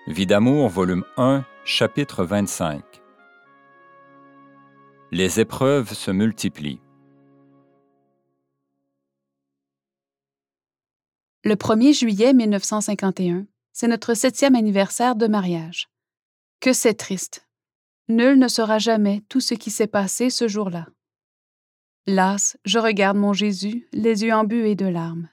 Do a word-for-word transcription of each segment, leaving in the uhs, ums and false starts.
Vie d'amour, volume un, chapitre vingt-cinq. Les épreuves se multiplient. Le premier juillet mille neuf cent cinquante et un, c'est notre septième anniversaire de mariage. Que c'est triste. Nul ne saura jamais tout ce qui s'est passé ce jour-là. Las, je regarde mon Jésus, les yeux embués de larmes.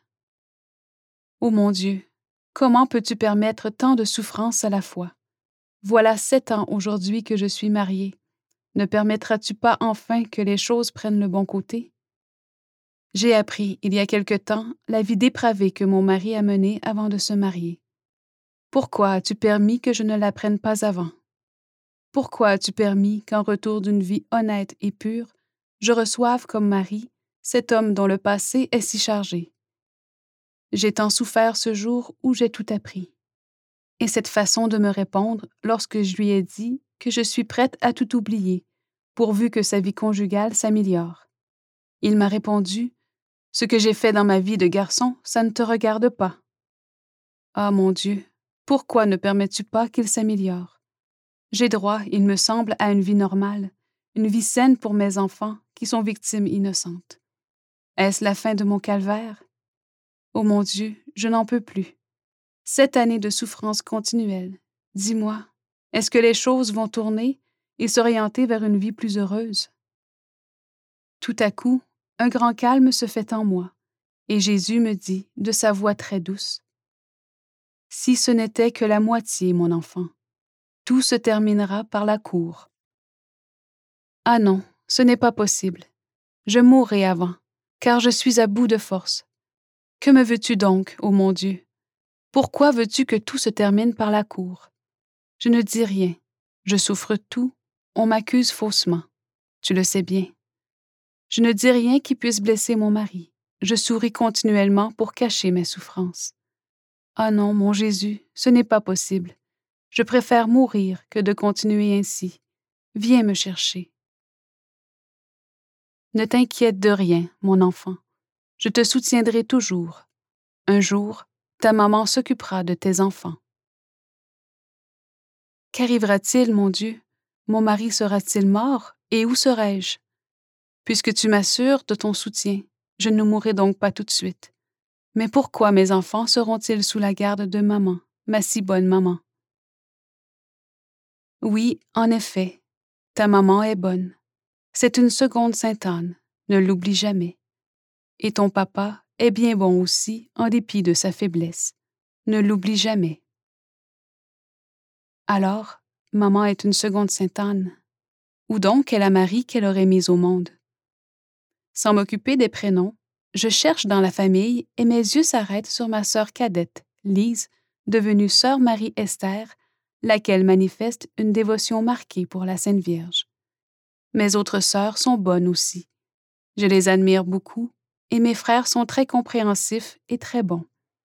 Ô mon Dieu, comment peux-tu permettre tant de souffrances à la fois? Voilà sept ans aujourd'hui que je suis mariée. Ne permettras-tu pas enfin que les choses prennent le bon côté? J'ai appris, il y a quelque temps, la vie dépravée que mon mari a menée avant de se marier. Pourquoi as-tu permis que je ne l'apprenne pas avant? Pourquoi as-tu permis qu'en retour d'une vie honnête et pure, je reçoive comme mari cet homme dont le passé est si chargé? J'ai tant souffert ce jour où j'ai tout appris. Et cette façon de me répondre lorsque je lui ai dit que je suis prête à tout oublier, pourvu que sa vie conjugale s'améliore. Il m'a répondu: « Ce que j'ai fait dans ma vie de garçon, ça ne te regarde pas. » Ah, mon Dieu, pourquoi ne permets-tu pas qu'il s'améliore? J'ai droit, il me semble, à une vie normale, une vie saine pour mes enfants qui sont victimes innocentes. Est-ce la fin de mon calvaire? Oh mon Dieu, je n'en peux plus. Sept années de souffrance continuelle. Dis-moi, est-ce que les choses vont tourner et s'orienter vers une vie plus heureuse? Tout à coup, un grand calme se fait en moi, et Jésus me dit, de sa voix très douce: « Si ce n'était que la moitié, mon enfant, tout se terminera par la cour. » Ah non, ce n'est pas possible. Je mourrai avant, car je suis à bout de force. Que me veux-tu donc, ô mon Dieu? Pourquoi veux-tu que tout se termine par la cour? Je ne dis rien. Je souffre tout. On m'accuse faussement. Tu le sais bien. Je ne dis rien qui puisse blesser mon mari. Je souris continuellement pour cacher mes souffrances. Ah non, mon Jésus, ce n'est pas possible. Je préfère mourir que de continuer ainsi. Viens me chercher. Ne t'inquiète de rien, mon enfant. Je te soutiendrai toujours. Un jour, ta maman s'occupera de tes enfants. Qu'arrivera-t-il, mon Dieu? Mon mari sera-t-il mort? Et où serai-je? Puisque tu m'assures de ton soutien, je ne mourrai donc pas tout de suite. Mais pourquoi mes enfants seront-ils sous la garde de maman, ma si bonne maman? Oui, en effet, ta maman est bonne. C'est une seconde Sainte-Anne, ne l'oublie jamais. Et ton papa est bien bon aussi, en dépit de sa faiblesse. Ne l'oublie jamais. Alors, maman est une seconde Sainte-Anne. Où donc est la Marie qu'elle aurait mise au monde? Sans m'occuper des prénoms, je cherche dans la famille et mes yeux s'arrêtent sur ma sœur cadette, Lise, devenue sœur Marie-Esther, laquelle manifeste une dévotion marquée pour la Sainte Vierge. Mes autres sœurs sont bonnes aussi. Je les admire beaucoup et mes frères sont très compréhensifs et très bons.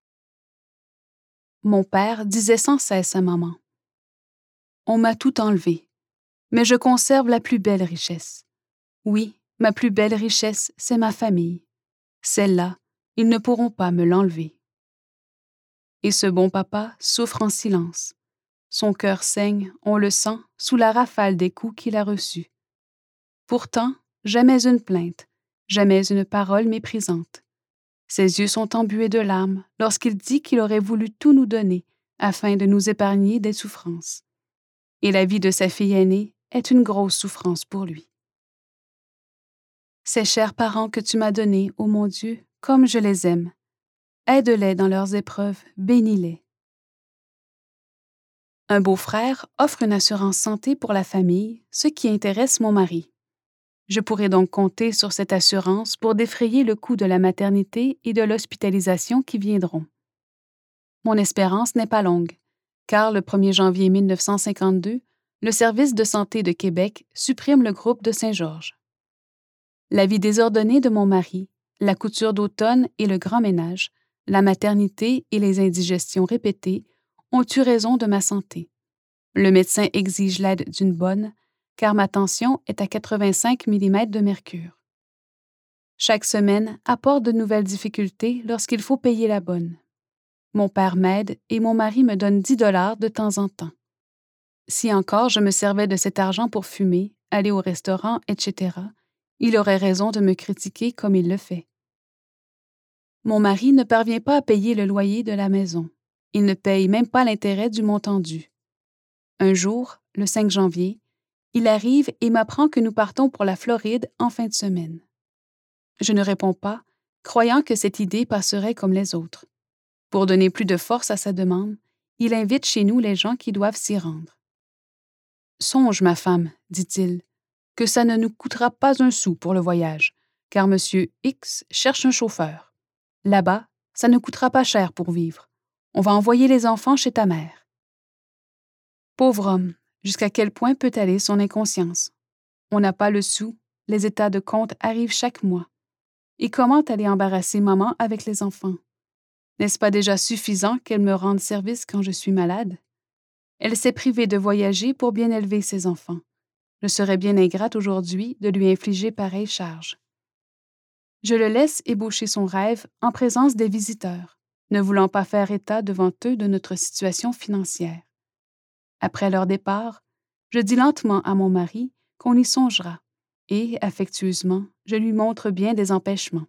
Mon père disait sans cesse à maman: « On m'a tout enlevé, mais je conserve la plus belle richesse. Oui, ma plus belle richesse, c'est ma famille. Celle-là, ils ne pourront pas me l'enlever. » Et ce bon papa souffre en silence. Son cœur saigne, on le sent, sous la rafale des coups qu'il a reçus. Pourtant, jamais une plainte, jamais une parole méprisante. Ses yeux sont embués de larmes lorsqu'il dit qu'il aurait voulu tout nous donner afin de nous épargner des souffrances. Et la vie de sa fille aînée est une grosse souffrance pour lui. Ces chers parents que tu m'as donnés, ô mon Dieu, comme je les aime, aide-les dans leurs épreuves, bénis-les. Un beau-frère offre une assurance santé pour la famille, ce qui intéresse mon mari. Je pourrais donc compter sur cette assurance pour défrayer le coût de la maternité et de l'hospitalisation qui viendront. Mon espérance n'est pas longue, car le premier janvier mille neuf cent cinquante-deux, le Service de santé de Québec supprime le groupe de Saint-Georges. La vie désordonnée de mon mari, la couture d'automne et le grand ménage, la maternité et les indigestions répétées ont eu raison de ma santé. Le médecin exige l'aide d'une bonne, car ma tension est à quatre-vingt-cinq millimètres de mercure. Chaque semaine apporte de nouvelles difficultés lorsqu'il faut payer la bonne. Mon père m'aide et mon mari me donne dix dollars de temps en temps. Si encore je me servais de cet argent pour fumer, aller au restaurant, et cetera, il aurait raison de me critiquer comme il le fait. Mon mari ne parvient pas à payer le loyer de la maison. Il ne paye même pas l'intérêt du montant dû. Un jour, le cinq janvier, il arrive et m'apprend que nous partons pour la Floride en fin de semaine. Je ne réponds pas, croyant que cette idée passerait comme les autres. Pour donner plus de force à sa demande, il invite chez nous les gens qui doivent s'y rendre. « Songe, ma femme, dit-il, que ça ne nous coûtera pas un sou pour le voyage, car M. X cherche un chauffeur. Là-bas, ça ne coûtera pas cher pour vivre. On va envoyer les enfants chez ta mère. » Pauvre homme, jusqu'à quel point peut aller son inconscience? On n'a pas le sou, les états de compte arrivent chaque mois. Et comment aller embarrasser maman avec les enfants? N'est-ce pas déjà suffisant qu'elle me rende service quand je suis malade? Elle s'est privée de voyager pour bien élever ses enfants. Je serais bien ingrate aujourd'hui de lui infliger pareille charge. Je le laisse ébaucher son rêve en présence des visiteurs, ne voulant pas faire état devant eux de notre situation financière. Après leur départ, je dis lentement à mon mari qu'on y songera, et, affectueusement, je lui montre bien des empêchements.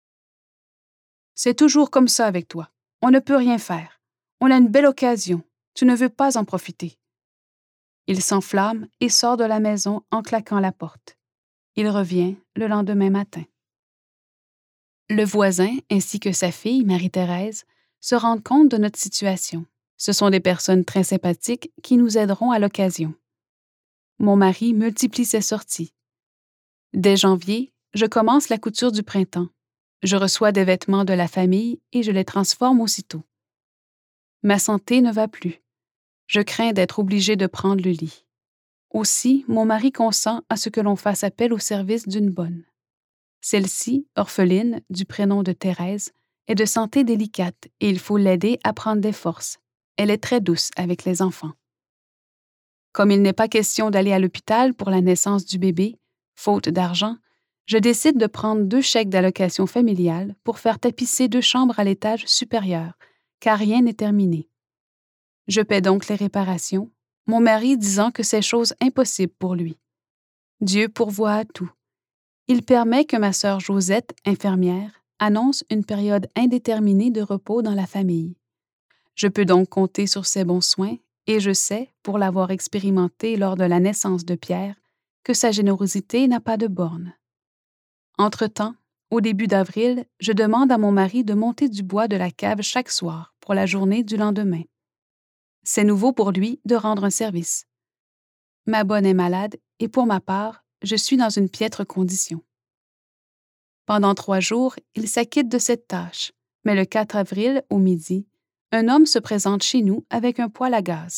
« C'est toujours comme ça avec toi. On ne peut rien faire. On a une belle occasion. Tu ne veux pas en profiter. » Il s'enflamme et sort de la maison en claquant la porte. Il revient le lendemain matin. Le voisin ainsi que sa fille, Marie-Thérèse, se rendent compte de notre situation. Ce sont des personnes très sympathiques qui nous aideront à l'occasion. Mon mari multiplie ses sorties. Dès janvier, je commence la couture du printemps. Je reçois des vêtements de la famille et je les transforme aussitôt. Ma santé ne va plus. Je crains d'être obligée de prendre le lit. Aussi, mon mari consent à ce que l'on fasse appel au service d'une bonne. Celle-ci, orpheline, du prénom de Thérèse, est de santé délicate et il faut l'aider à prendre des forces. Elle est très douce avec les enfants. Comme il n'est pas question d'aller à l'hôpital pour la naissance du bébé, faute d'argent, je décide de prendre deux chèques d'allocation familiale pour faire tapisser deux chambres à l'étage supérieur, car rien n'est terminé. Je paie donc les réparations, mon mari disant que c'est chose impossible pour lui. Dieu pourvoit à tout. Il permet que ma sœur Josette, infirmière, annonce une période indéterminée de repos dans la famille. Je peux donc compter sur ses bons soins et je sais, pour l'avoir expérimenté lors de la naissance de Pierre, que sa générosité n'a pas de borne. Entre-temps, au début d'avril, je demande à mon mari de monter du bois de la cave chaque soir pour la journée du lendemain. C'est nouveau pour lui de rendre un service. Ma bonne est malade et pour ma part, je suis dans une piètre condition. Pendant trois jours, il s'acquitte de cette tâche, mais le quatre avril, au midi, un homme se présente chez nous avec un poêle à gaz.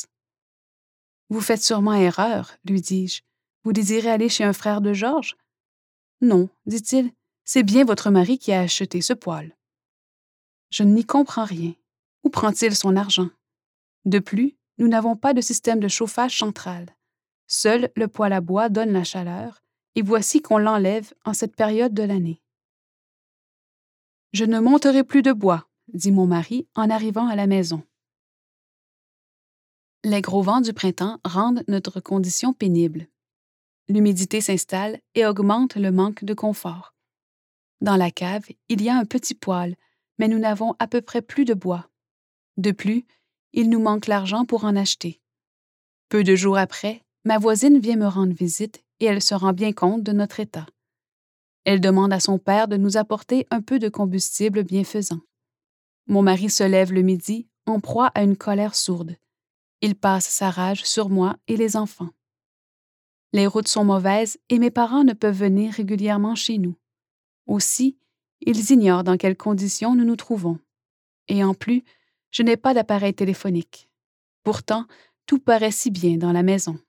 « Vous faites sûrement erreur, lui dis-je. Vous désirez aller chez un frère de Georges? »« Non, dit-il, c'est bien votre mari qui a acheté ce poêle. » Je n'y comprends rien. Où prend-il son argent? De plus, nous n'avons pas de système de chauffage central. Seul le poêle à bois donne la chaleur, et voici qu'on l'enlève en cette période de l'année. « Je ne monterai plus de bois, » dit mon mari en arrivant à la maison. Les gros vents du printemps rendent notre condition pénible. L'humidité s'installe et augmente le manque de confort. Dans la cave, il y a un petit poêle, mais nous n'avons à peu près plus de bois. De plus, il nous manque l'argent pour en acheter. Peu de jours après, ma voisine vient me rendre visite et elle se rend bien compte de notre état. Elle demande à son père de nous apporter un peu de combustible bienfaisant. Mon mari se lève le midi, en proie à une colère sourde. Il passe sa rage sur moi et les enfants. Les routes sont mauvaises et mes parents ne peuvent venir régulièrement chez nous. Aussi, ils ignorent dans quelles conditions nous nous trouvons. Et en plus, je n'ai pas d'appareil téléphonique. Pourtant, tout paraît si bien dans la maison.